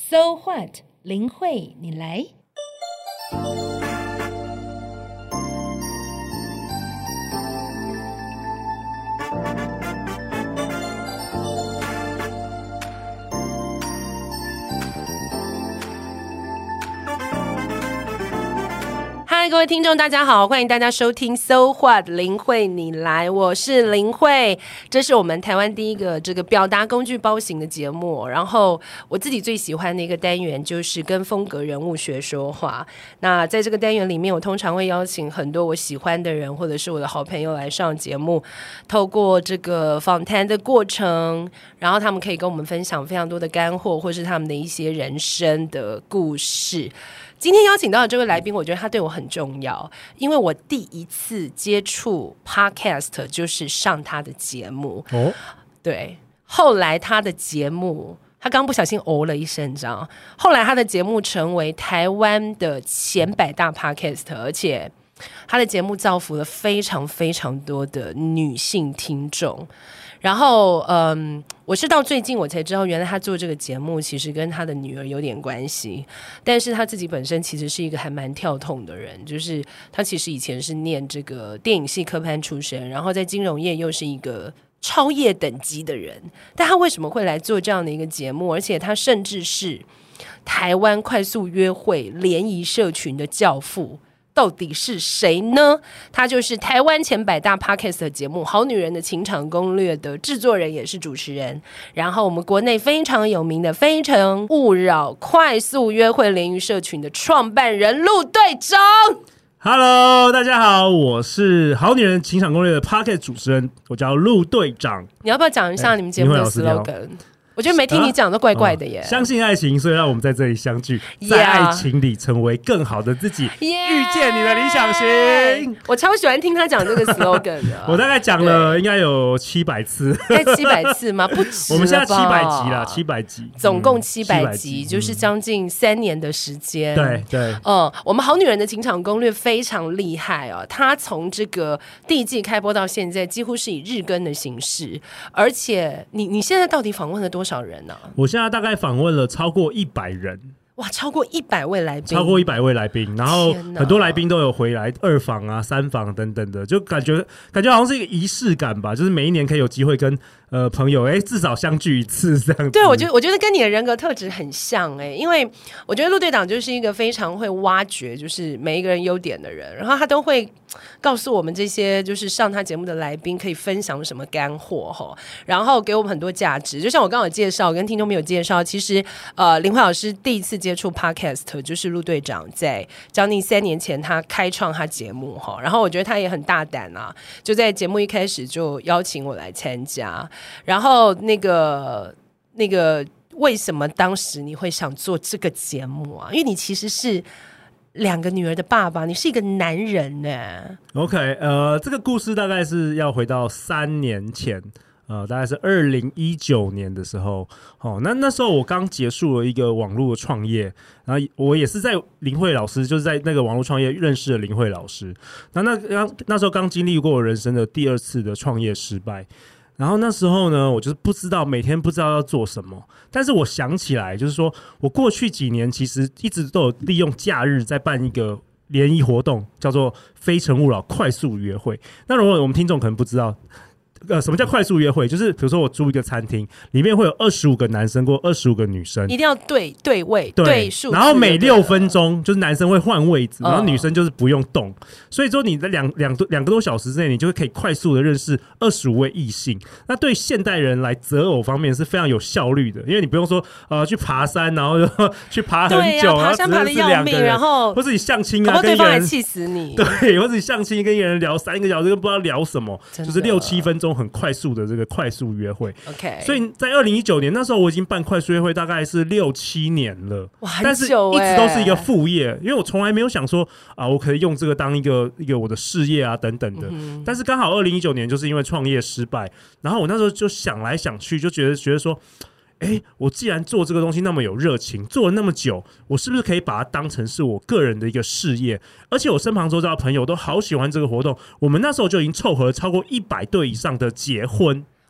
So what？ 林慧，你来。嗨，各位听众大家好，欢迎大家收听 So What 林慧你来，我是林慧。这是我们台湾第一个这个表达工具包型的节目，然后我自己最喜欢的一个单元就是跟风格人物学说话。那在这个单元里面，我通常会邀请很多我喜欢的人或者是我的好朋友来上节目，透过这个访谈的过程，然后他们可以跟我们分享非常多的干货，或是他们的一些人生的故事。今天邀请到的这位来宾，我觉得他对我很重要，因为我第一次接触 Podcast 就是上他的节目。对，后来他的节目，他刚不小心了一声，你知道？后来他的节目成为台湾的前100大 Podcast， 而且他的节目造福了非常非常多的女性听众。然后我是到最近我才知道，原来他做这个节目其实跟他的女儿有点关系，但是他自己本身其实是一个还蛮跳痛的人，就是他其实以前是念这个电影系科班出身，然后在金融业又是一个超业等级的人，但他为什么会来做这样的一个节目？而且他甚至是台湾快速约会联谊社群的教父。到底是谁呢？他就是台湾前100大 Podcast 的节目《好女人的情场攻略》的制作人，也是主持人。然后我们国内非常有名的《非诚勿扰》快速约会联谊社群的创办人陆队长。 Hello， 大家好，我是《好女人情场攻略》的 Podcast 主持人，我叫陆队长。 你要不要讲一下你们节目的 slogan？我觉得没听你讲都怪怪的耶。 相信爱情，所以让我们在这里相聚，在爱情里成为更好的自己，遇见你的理想型。 我超喜欢听他讲这个 slogan 的。 我大概讲了应该有700次， 在700次吗？不止。 我们现在700集啦，700集， 总共700集，就是将近3年的时间。 对， 我们好女人的情场攻略非常厉害哦，它从这个第一季开播到现在，几乎是以日更的形式，而且你现在到底访问了多少人呢？ 我现在大概访问了超过100人。 哇，超过100位来宾， 超过100位来宾，然后很多来宾都有回来2访啊、3访等等的，就感觉好像是一个仪式感吧，就是每一年可以有机会跟朋友至少相聚一次这样子。 对，我觉得跟你的人格特质很像因为我觉得陆队长就是一个非常会挖掘就是每一个人优点的人，然后他都会告诉我们这些就是上他节目的来宾可以分享什么干货然后给我们很多价值。就像我刚刚有介绍，跟听众朋友介绍，其实林慧老师第一次接触 Podcast 就是陆队长在将近3年前他开创他节目然后我觉得他也很大胆啊，就在节目一开始就邀请我来参加。然后那个为什么当时你会想做这个节目啊？因为你其实是2个女儿的爸爸，你是一个男人呢。 OK， 这个故事大概是要回到3年前。大概是2019年的时候，那时候我刚结束了一个网络的创业，然后我也是在林慧老师，就是在那个网络创业认识了林慧老师。那时候刚经历过我人生的第2次的创业失败，然后那时候呢，我就是不知道每天不知道要做什么，但是我想起来，就是说我过去几年其实一直都有利用假日在办一个联谊活动，叫做非诚勿扰快速约会。那如果我们听众可能不知道。什么叫快速约会？就是比如说我租一个餐厅，里面会有25个男生或25个女生， 一定要对位对数， 然后每6分钟就是男生会换位置，然后女生就是不用动，所以说你在两个多小时之内，你就可以快速的认识25位异性。那对现代人来择偶方面是非常有效率的，因为你不用说去爬山，然后去爬很久， 爬山爬得要命，然后或者你相亲啊， 对方还气死你， 对，或者你相亲跟一个人聊3个小时，不知道聊什么，就是6-7分钟。很快速的这个快速约会 ，OK， 所以在2019年那时候我已经办快速约会大概是6-7年了， 哇， 但是一直都是一个副业，因为我从来没有想说我可以用这个当一个我的事业啊等等的，但是刚好2019年就是因为创业失败，然后我那时候就想来想去，就觉得说。我既然做这个东西那么有热情，做了那么久，我是不是可以把它当成是我个人的一个事业？而且我身旁周遭的朋友都好喜欢这个活动，我们那时候就已经凑合了超过100对以上的结婚。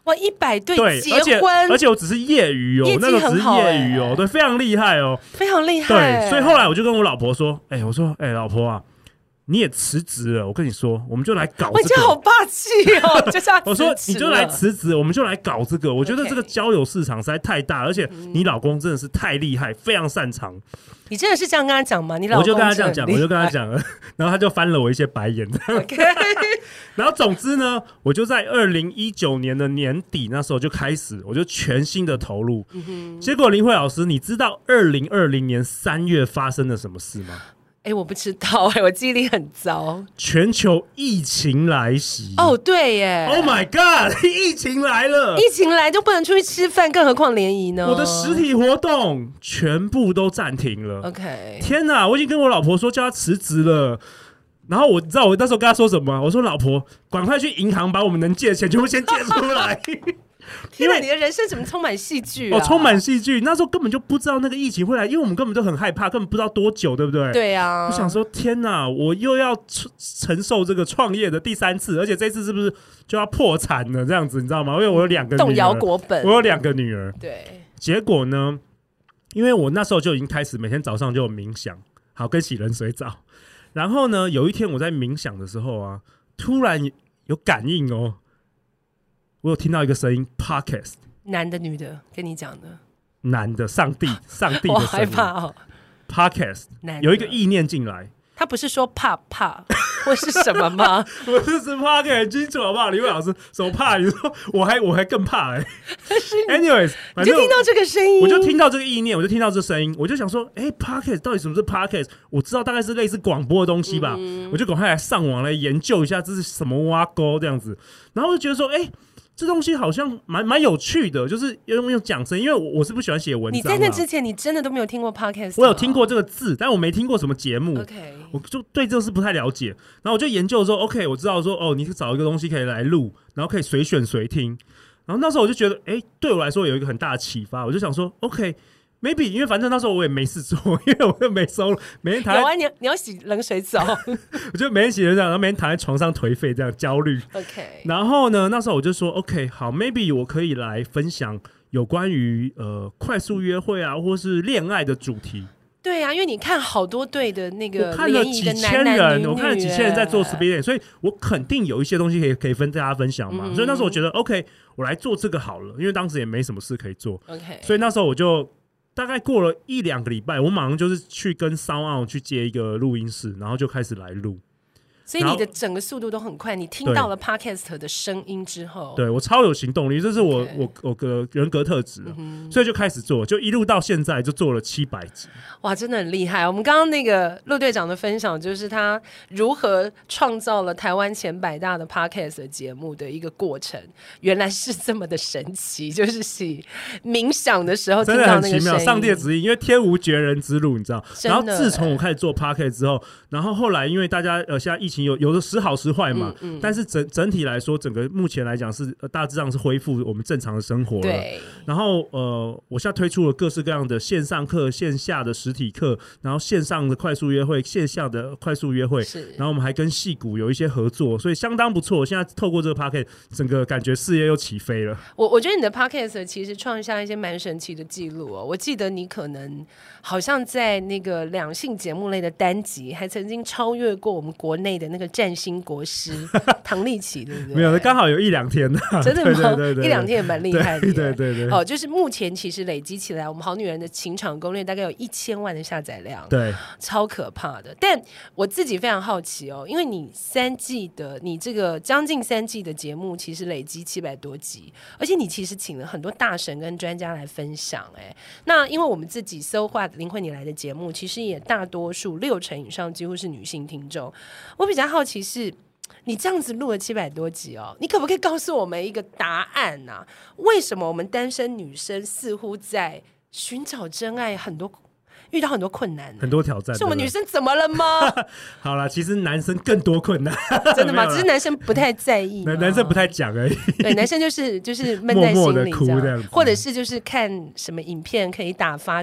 哇，100对结婚，而且我只是业余哦，那个只是业余哦，对，非常厉害哦， 非常厉害。 对，所以后来我就跟我老婆说，我说，老婆啊，你也辞职了，我跟你说，我们就来搞这个。 我觉得好霸气哦，就这样。 我说你就来辞职，我们就来搞这个。我觉得这个交友市场实在太大，而且你老公真的是太厉害，非常擅长。 你真的是这样跟他讲吗？你老公我就跟他这样讲，我就跟他讲了，然后他就翻了我一些白眼。 Okay 然后总之呢，我就在2019年的年底那时候就开始，我就全心的投入。结果林慧老师，你知道2020年3月发生了什么事吗？ 我不知道我记忆力很糟。 全球疫情来袭。 哦，对耶 ！Oh my god， 疫情来了！ 疫情来就不能出去吃饭，更何况联谊呢？ 我的实体活动全部都暂停了。 OK， 天哪！我已经跟我老婆说叫她辞职了。然后我知道我那时候跟她说什么？我说老婆，赶快去银行把我们能借的钱全部先借出来。 因为你的人生怎么充满戏剧啊？ 充满戏剧。那时候根本就不知道那个疫情会来，因为我们根本都很害怕，根本不知道多久，对不对？ 对啊。 我想说，天哪，我又要承受这个创业的第3次，而且这次是不是就要破产了？这样子，你知道吗？因为我有2个女儿， 动摇国本。 我有2个女儿。 对。 结果呢？因为我那时候就已经开始每天早上就有冥想，好跟洗冷水澡。然后呢，有一天我在冥想的时候啊，突然有感应哦。我有听到一个声音 ，Podcast， 男的女的，跟你讲的， 男的，上帝的声音， 我害怕哦。 Podcast 有一个意念进来， 他不是说怕或是什么吗？ 我是 Podcast 很清楚好不好？李伟老师什么怕？你说我还更怕Anyways， 你就听到这个声音， 我就听到这个意念，我就听到这声音，我就想说，Podcast 到底什么是 Podcast？ 我知道大概是类似广播的东西吧，我就赶快来上网来研究一下这是什么挖沟这样子，然后我就觉得说，这东西好像蛮有趣的，就是用讲声，因为我是不喜欢写文章。你在那之前，你真的都没有听过 podcast？ 我有听过这个字，但我没听过什么节目。 OK， 我就对这个是不太了解。然后我就研究说 ，OK， 我知道说，你找一个东西可以来录，然后可以随选随听。然后那时候我就觉得，对我来说有一个很大的启发。我就想说 ，OK。Maybe 因为反正那时候我也没事做，因为我又没收入，每天躺在有啊，你要洗冷水澡， 我就每天洗冷水澡，然后每天躺在床上颓废，这样焦虑。 OK， 然后呢，那时候我就说 OK， 好 ，Maybe 我可以来分享有关于快速约会啊，或是恋爱的主题。 对啊，因为你看好多对的那个， 我看了几千人，我看了几千人在做 speed， 所以我肯定有一些东西可以跟大家分享嘛。所以那时候我觉得 OK， 我来做这个好了，因为当时也没什么事可以做。 OK， 所以那时候我就。大概过了1-2个礼拜，我马上就是去跟 SoundOn 去接一个录音室，然后就开始来录。 所以你的整个速度都很快，你听到了 podcast 的声音之后， 对我超有行动力，这是我的人格特质，所以就开始做，就一路到现在就做了700集。 哇，真的很厉害！我们刚刚那个陆队长的分享，就是他如何创造了台湾前100大的 podcast 的节目的一个过程，原来是这么的神奇，就是冥想的时候听到那个声音，真的很奇妙， 上帝的旨意，因为天无绝人之路，你知道。然后自从我开始做 podcast 之后，然后后来因为大家现在疫情有的时好时坏嘛，但是整体来说，整个目前来讲是大致上是恢复我们正常的生活了。 对。 然后我现在推出了各式各样的线上课、线下的实体课，然后线上的快速约会、线下的快速约会，然后我们还跟矽谷有一些合作，所以相当不错。现在透过这个 podcast， 整个感觉事业又起飞了。 我觉得你的 podcast 其实创下一些蛮神奇的记录哦。我记得你可能好像在那个两性节目类的单集，还曾经超越过我们国内的那个占星国师唐立淇，对不对？ 没有，刚好有1-2天真的吗？ 对 1-2天也蛮厉害的。 对。 就是目前其实累积起来，我们好女人的情场攻略大概有1000万的下载量， 对， 超可怕的。但我自己非常好奇哦，因为你3季的，你这个将近3季的节目，其实累积700多集，而且你其实请了很多大神跟专家来分享。那因为我们自己So What 林慧你来的节目，其实也大多数60%以上几乎是女性听众。我比较好奇是，你这样子录了700多集哦，你可不可以告诉我们一个答案啊？为什么我们单身女生似乎在寻找真爱遇到很多困难， 很多挑战？ 是我们女生怎么了吗？ 好啦，其实男生更多困难。 真的吗？只是男生不太在意， 男生不太讲而已。 对，男生就是闷在心里， 默默的哭这样子， 或者是就是看什么影片可以打发就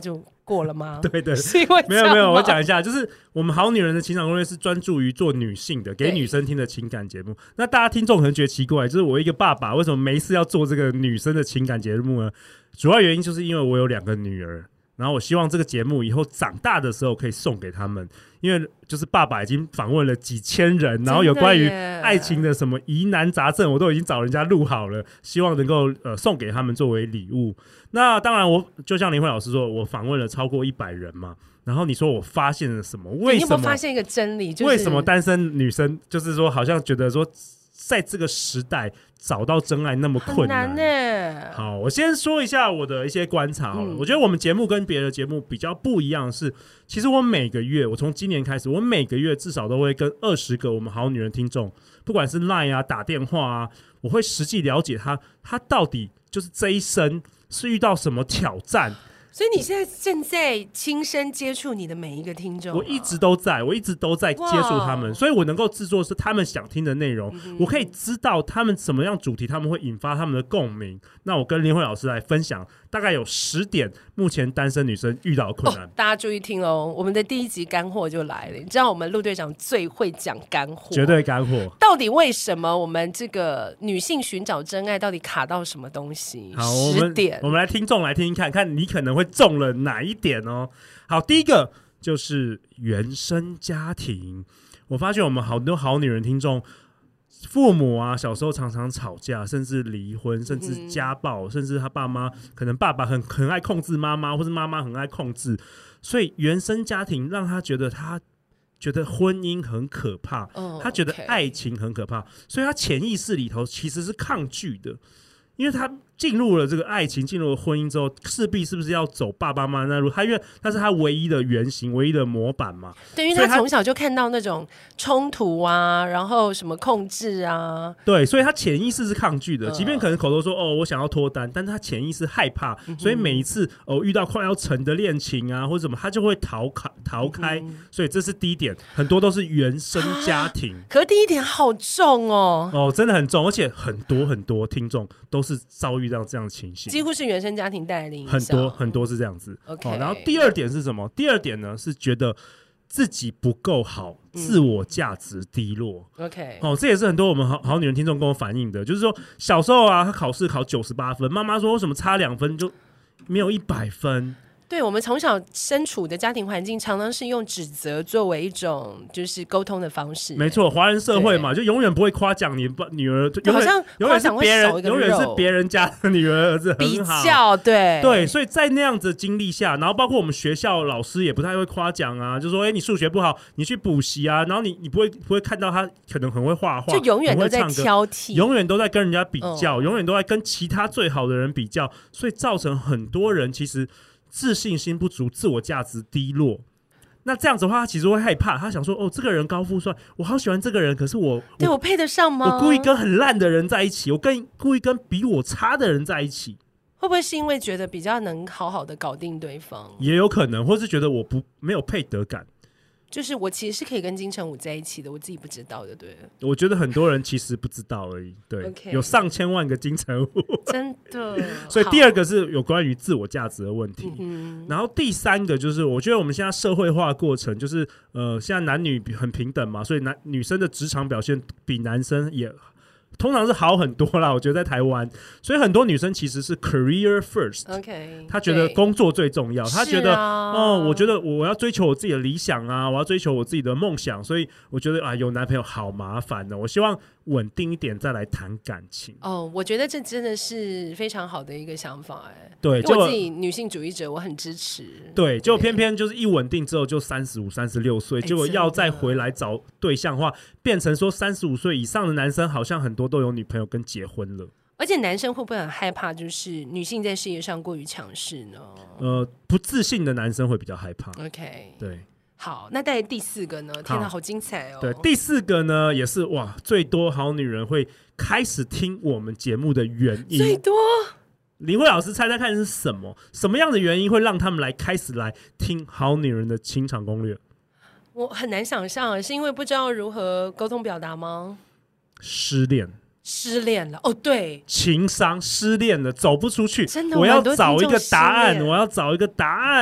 过了吗？ 对对， 是因为没有，我讲一下，就是我们好女人的情场攻略是专注于做女性的，给女生听的情感节目。那大家听众可能觉得奇怪，就是我一个爸爸为什么没事要做这个女生的情感节目呢？主要原因就是因为我有2个女儿。然后我希望这个节目以后长大的时候可以送给他们，因为就是爸爸已经访问了几千人，然后有关于爱情的什么疑难杂症，我都已经找人家录好了，希望能够送给他们作为礼物。那当然，我就像林慧老师说，我访问了超过100人嘛。然后你说我发现了什么？为什么？ 你有没有发现一个真理？就是、 为什么单身女生就是说好像觉得说在这个时代找到真爱那么困难？ 很难耶。 好，我先说一下我的一些观察好了。我觉得我们节目跟别的节目比较不一样的是，其实我每个月，我从今年开始，我每个月至少都会跟20个我们好女人听众，不管是 LINE 啊、打电话啊，我会实际了解他到底就是这一生是遇到什么挑战。 所以你现在正在亲身接触你的每一个听众， 我一直都在接触他们，所以我能够制作是他们想听的内容，我可以知道他们什么样主题他们会引发他们的共鸣。那我跟林慧老师来分享，大概有10点目前单身女生遇到的困难。 大家注意听哦，我们的第1集干货就来了。你知道我们陆队长最会讲干货， 绝对干货。 到底为什么我们这个女性寻找真爱到底卡到什么东西？ 好 10点， 我们来听众来听听看，看你可能会中了哪一点哦。好，第一个就是原生家庭。我发现我们好多好女人听众，父母啊小时候常常吵架，甚至离婚，甚至家暴，甚至他爸妈可能爸爸很爱控制妈妈，或是妈妈很爱控制，所以原生家庭让他觉得婚姻很可怕，他觉得爱情很可怕，所以他潜意识里头其实是抗拒的。因为他进入了这个爱情，进入了婚姻之后，势必是不是要走爸爸妈妈那路？因为那是他唯一的原型，唯一的模板嘛。 对，因为他从小就看到那种冲突啊，然后什么控制啊， 对，所以他潜意识是抗拒的。即便可能口头说我想要脱单，但是他潜意识害怕，所以每一次遇到快要成的恋情啊或者什么，他就会逃开。所以这是第一点，很多都是原生家庭。 可是第1点好重哦， 真的很重，而且很多听众都是遭遇到这样的情形， 几乎是原生家庭带来的影响， 很多是这样子。 Okay 然后第2点是什么？第2点呢是觉得自己不够好，自我价值低落。 OK， 这也是很多我们好女人听众跟我反映的，就是说小时候啊，他考试考98分，妈妈说为什么差2分就没有100分？ 对，我们从小身处的家庭环境，常常是用指责作为一种就是沟通的方式。 没错，华人社会嘛，就永远不会夸奖你女儿， 好像夸奖会少一个肉， 永远是别人家的女儿儿子很好。 比较对， 所以在那样子的经历下，然后包括我们学校老师也不太会夸奖啊，就说你数学不好，你去补习啊，然后你不会看到他可能很会画画， 就永远都在挑剔， 永远都在跟人家比较，永远都在跟其他最好的人比较，所以造成很多人其实自信心不足，自我价值低落。那这样子的话，他其实会害怕，他想说这个人高富帅，我好喜欢这个人，可是我配得上吗？ 我故意跟很烂的人在一起，我故意跟比我差的人在一起， 会不会是因为觉得比较能好好的搞定对方？ 也有可能，或是觉得我没有配得感。 就是我其实是可以跟金城武在一起的，我自己不知道的，对。 我觉得很多人其实不知道而已，对， okay 有上千万个金城武， 真的。 所以第2个是有关于自我价值的问题，然后第3个就是我觉得我们现在社会化的过程，就是现在男女很平等嘛，所以女生的职场表现比男生也通常是好很多啦，我觉得在台湾，所以很多女生其实是 career first， 她觉得工作最重要，她觉得我觉得我要追求我自己的理想啊，我要追求我自己的梦想，所以我觉得有男朋友好麻烦呢，我希望稳定一点再来谈感情。 我觉得这真的是非常好的一个想法， 对， 我自己女性主义者，我很支持。 对，结果偏偏就是一稳定之后就35、36岁，结果要再回来找对象的话，变成说35岁以上的男生好像很多都有女朋友跟结婚了。 而且男生会不会很害怕，就是女性在事业上过于强势呢？ 不自信的男生会比较害怕。 OK， 对。 好，那带第4个呢？天哪，好精彩哦！ 对，第4个呢也是最多好女人会开始听我们节目的原因。 最多， 林慧老师猜猜看是什么？什么样的原因会让他们开始来听好女人的情场攻略？ 我很难想象，是因为不知道如何沟通表达吗？ 失恋了对， 情伤，失恋了，走不出去， 真的， 我要找一个答案，我要找一个答案。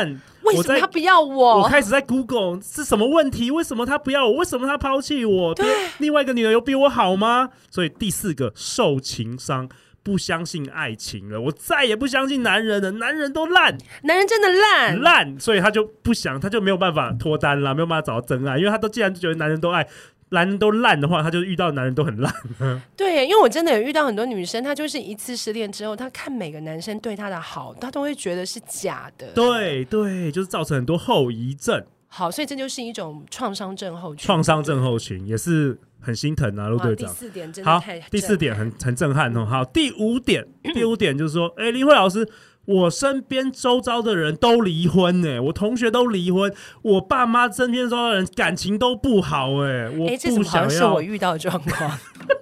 为什么他不要我？ 我开始在 Google 是什么问题？为什么他不要我？为什么他抛弃我？另外一个女人有比我好吗？所以第4个受情伤，不相信爱情了，我再也不相信男人了，男人都烂， 男人真的烂， 所以他就不想，他就没有办法脱单啦，没有办法找到真爱，因为他都既然觉得男人都爱。男人都烂的话，他就遇到男人都很烂。 对，因为我真的有遇到很多女生，她就是一次失恋之后，她看每个男生对她的好，她都会觉得是假的。 对，就是造成很多后遗症。 好，所以这就是一种创伤症候群。 创伤症候群也是很心疼啊，陆队长。 第4点真的太好，第4点很震撼哦。好，第5点就是说，林慧老师。我身边周遭的人都离婚我同学都离婚，我爸妈身边周遭的人感情都不好我不想要。 这怎么好像是我遇到的状况？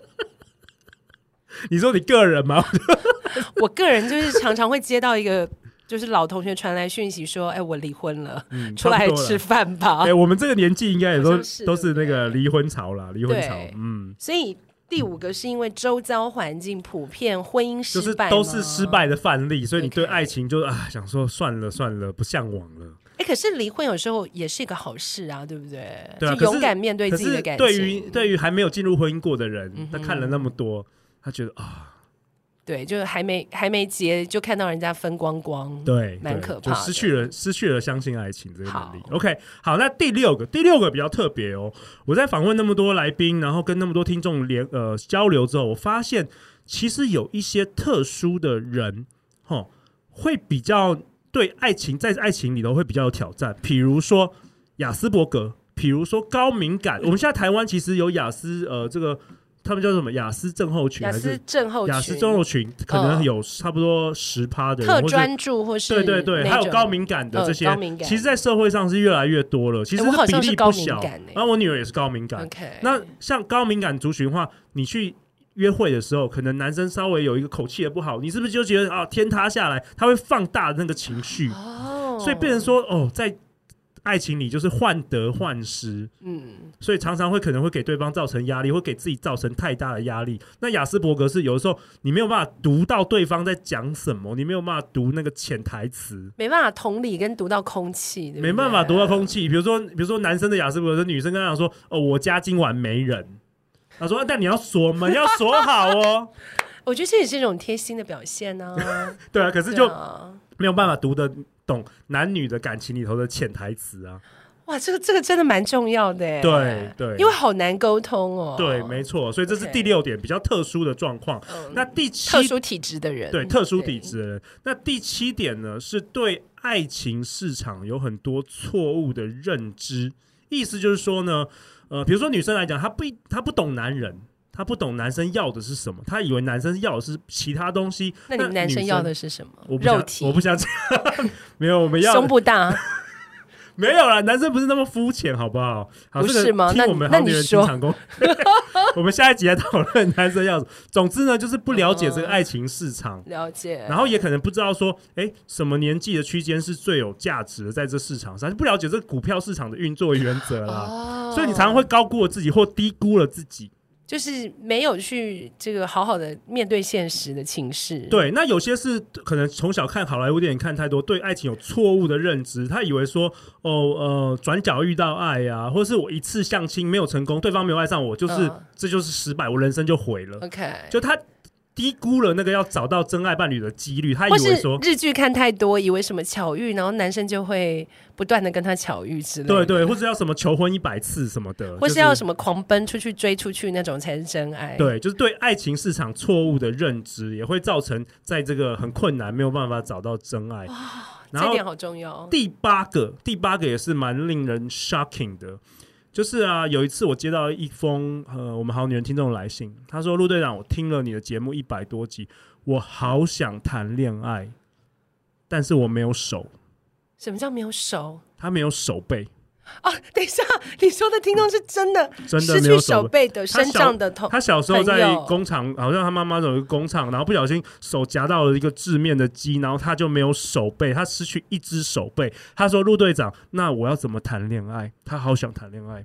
你说你个人吗？ 我个人就是常常会接到一个就是老同学传来讯息说，我离婚了，出来吃饭吧。 我们这个年纪应该也都是那个离婚潮啦，离婚潮。 所以。第5个是因为周遭环境普遍婚姻失败， 就是都是失败的范例，所以你对爱情就想说算了，不向往了。 可是离婚有时候也是一个好事啊，对不对？ 对啊， 就勇敢面对自己的感情。 可是对于还没有进入婚姻过的人，他看了那么多，他觉得对，就是还没结就看到人家分光光， 对， 蛮可怕的， 就失去了相信爱情这个能力。OK， 好，那第六个比较特别哦。我在访问那么多来宾，然后跟那么多听众交流之后，我发现其实有一些特殊的人，会比较对爱情在爱情里头会比较有挑战，比如说亚斯伯格，比如说高敏感。我们现在台湾其实有亚斯这个。他们叫什么亚斯症候群？亚斯症候群可能有差不多10%的人， 特专注或是对，还有高敏感的这些，其实，在社会上是越来越多了。其实比例不小。然后我女儿也是高敏感。那像高敏感族群的话，你去约会的时候，可能男生稍微有一个口气也不好，你是不是就觉得天塌下来？他会放大那个情绪，所以变成说在爱情里就是患得患失，所以常常可能会给对方造成压力，会给自己造成太大的压力。那亚斯伯格是有的时候你没有办法读到对方在讲什么，你没有办法读那个潜台词， 没办法同理跟读到空气，对不对？ 没办法读到空气。比如说男生的亚斯伯格，女生跟他讲说：“我家今晚没人。”他说：“但你要锁门，要锁好哦。” 我觉得这也是一种贴心的表现啊。 对啊，可是就没有办法读得懂男女的感情里头的潜台词啊。 哇，这个真的蛮重要的耶。 对， 因为好难沟通哦。 对，没错，所以这是第6点比较特殊的状况。那第7， 特殊体质的人， 对，特殊体质的人。那第7点呢，是对爱情市场有很多错误的认知。意思就是说呢，比如说女生来讲，她不懂男人。他不懂男生要的是什么，他以为男生要的是其他东西。 那你们男生要的是什么？ 肉体？我不想讲。没有，我们要胸部大。 没有啦，男生不是那么肤浅，好不好？好， 不是吗？ 听我们好女人情场攻。我们下一集来讨论男生要什么。总之呢，就是不了解这个爱情市场， 了解， 然后也可能不知道说，什么年纪的区间是最有价值的，在这市场上，不了解这个股票市场的运作原则啦。所以你常常会高估了自己，或低估了自己。 就是没有去这个好好的面对现实的情势。 对，那有些是可能从小看好莱坞电影看太多，对爱情有错误的认知，他以为说转角遇到爱啊，或者是我一次相亲没有成功，对方没有爱上我，这就是失败，我人生就毁了。 OK， 就他低估了那个要找到真爱伴侣的几率，他以为说日剧看太多，以为什么巧遇，然后男生就会不断的跟他巧遇之类的， 对，或者要什么求婚100次什么的， 或是要什么狂奔出去追出去那种才是真爱。 对，就是对爱情市场错误的认知，也会造成在这个很困难没有办法找到真爱。 这点好重要。 第八个也是蛮令人 shocking 的。就是有一次我接到一封我们好女人听众来信，他说：“陆队长，我听了你的节目100多集，我好想谈恋爱，但是我没有手。” 什么叫没有手？ 他没有手背。 等一下，你说的听众是真的失去手背的身障的他小时候在工厂，好像他妈妈有一个工厂，然后不小心手夹到了一个致面的鸡，然后他就没有手背，他失去一只手背。他说：“陆队长，那我要怎么谈恋爱？他好想谈恋爱。”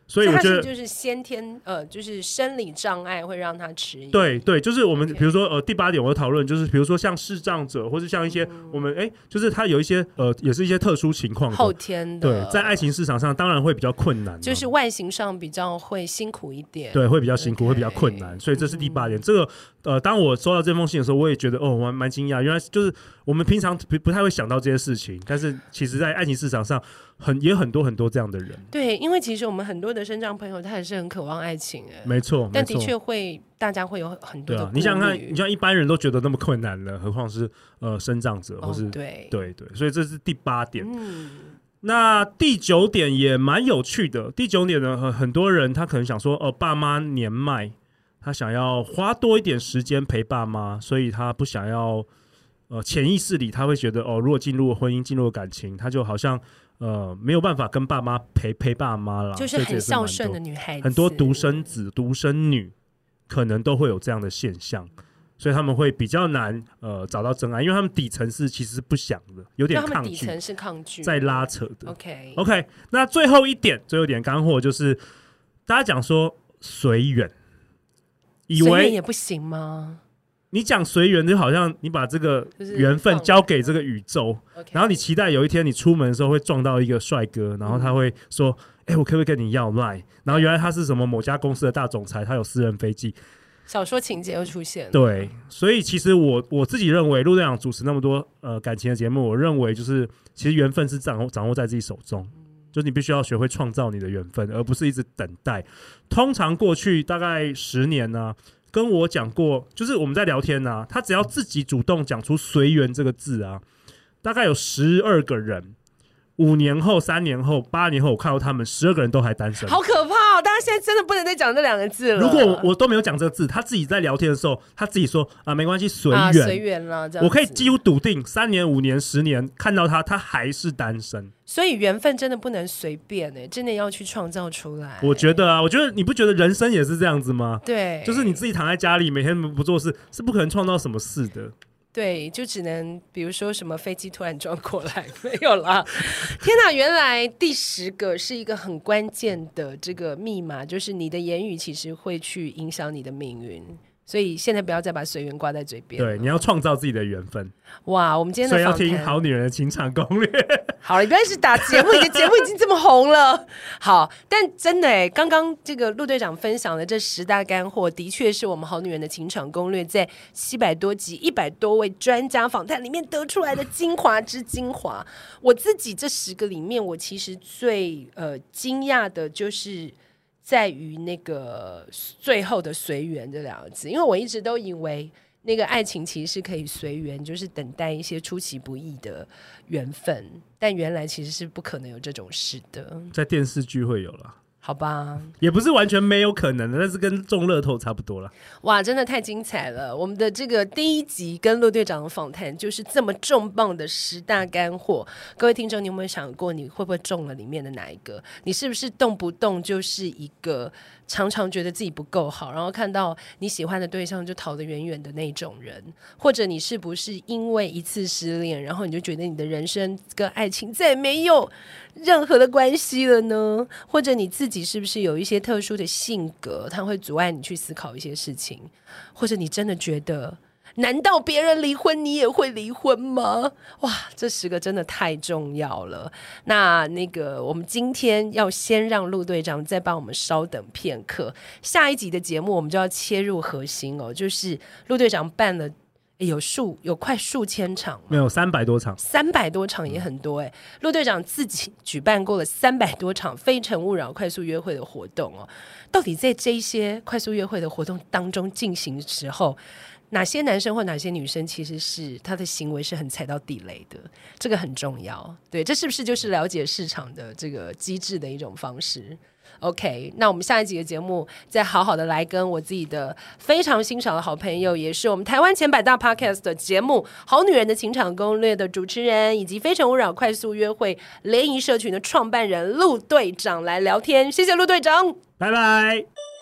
所以我觉得就是先天就是生理障碍会让他迟疑。 对对，就是我们比如说第8点我的讨论就是比如说像视障者，或是像一些我们就是他有一些也是一些特殊情况的后天的， 对，在爱情市场上当然会比较困难， 就是外形上比较会辛苦一点， 对，会比较辛苦，会比较困难，所以这是第8点。这个当我收到这封信的时候，我也觉得蛮惊讶，原来就是我们平常不太会想到这些事情，但是其实在爱情市场上也很多这样的人。 对，因为其实我们很多的身障朋友他也是很渴望爱情没错， 但的确大家会有很多的顾虑。 你想想看，你像一般人都觉得那么困难了，何况是身障者或是对， 所以这是第8点。那第9点也蛮有趣的。第9点呢，很多人他可能想说，爸妈年迈，他想要花多一点时间陪爸妈，所以他不想要潜意识里他会觉得如果进入了婚姻，进入了感情，他就好像没有办法跟爸妈陪爸妈了， 就是很孝顺的女孩子， 很多独生子、独生女可能都会有这样的现象。所以他们会比较难找到真爱，因为他们底层是其实是不想的，有点抗拒， 他们底层是抗拒， 在拉扯的。 OK， 那最后一点干货就是大家讲说随缘，以为也不行吗？ 你讲随缘就好像你把这个缘分交给这个宇宙，然后你期待有一天你出门的时候会撞到一个帅哥，然后他会说我可不可以跟你要 LINE， 然后原来他是什么某家公司的大总裁，他有私人飞机， 小说情节又出现了。 对，所以其实我自己认为陆队长主持那么多感情的节目，我认为就是其实缘分是掌握在自己手中，就是你必须要学会创造你的缘分，而不是一直等待。通常过去大概10年呢，跟我讲过，就是我们在聊天啊，他只要自己主动讲出随缘这个字啊，大概有12个人，5年后、3年后、8年后，我看到他们12个人都还单身， 好可怕哦！大家现在真的不能再讲这2个字了。 如果我都没有讲这个字，他自己在聊天的时候，他自己说没关系，随缘， 随缘了。 我可以几乎笃定，3年、5年、10年看到他还是单身。 所以缘分真的不能随便真的要去创造出来。 我觉得你不觉得人生也是这样子吗？ 对， 就是你自己躺在家里，每天不做事，是不可能创造什么事的。 对，就只能比如说什么飞机突然撞过来，没有啦。天哪，原来第10个是一个很关键的这个密码，就是你的言语其实会去影响你的命运。所以现在不要再把随缘挂在嘴边， 对，你要创造自己的缘分。 哇，我们今天的访谈， 所以要听好女人的情场攻略。 好了，你不要是打节目，你的节目已经这么红了。好，但真的刚刚这个陆队长分享的这10大干货，的确是我们好女人的情场攻略在700多集、100多位专家访谈里面得出来的精华之精华。我自己这10个里面，我其实最惊讶的就是在于那个最后的随缘这2个字，因为我一直都以为那个爱情其实是可以随缘，就是等待一些出其不意的缘分，但原来其实是不可能有这种事的。 在电视剧会有啦， 好吧， 也不是完全没有可能的，但是跟中乐透差不多啦。 哇，真的太精彩了！我们的这个第1集跟陆队长的访谈就是这么重磅的10大干货。各位听众，你有没有想过你会不会中了里面的哪一个？你是不是动不动就是一个常常觉得自己不够好，然后看到你喜欢的对象就逃得远远的那种人？或者你是不是因为一次失恋，然后你就觉得你的人生跟爱情再也没有任何的关系了呢？或者你自己是不是有一些特殊的性格，它会阻碍你去思考一些事情？或者你真的觉得，难道别人离婚你也会离婚吗？哇，这10个真的太重要了。那个我们今天要先让陆队长再帮我们稍等片刻，下一集的节目我们就要切入核心就是陆队长办了有快数千场， 没有300多场 ，300多场也很多陆队长自己举办过了300多场非诚勿扰快速约会的活动到底在这些快速约会的活动当中进行的时候，哪些男生或哪些女生其实是他的行为是很踩到地雷的，这个很重要。对，这是不是就是了解市场的这个机制的一种方式？OK， 那我们下一集的节目再好好的来跟我自己的非常欣赏的好朋友，也是我们台湾前100大 Podcast 的节目《好女人的情场攻略》的主持人，以及非诚勿扰快速约会联谊社群的创办人陆队长来聊天。谢谢陆队长， 拜拜。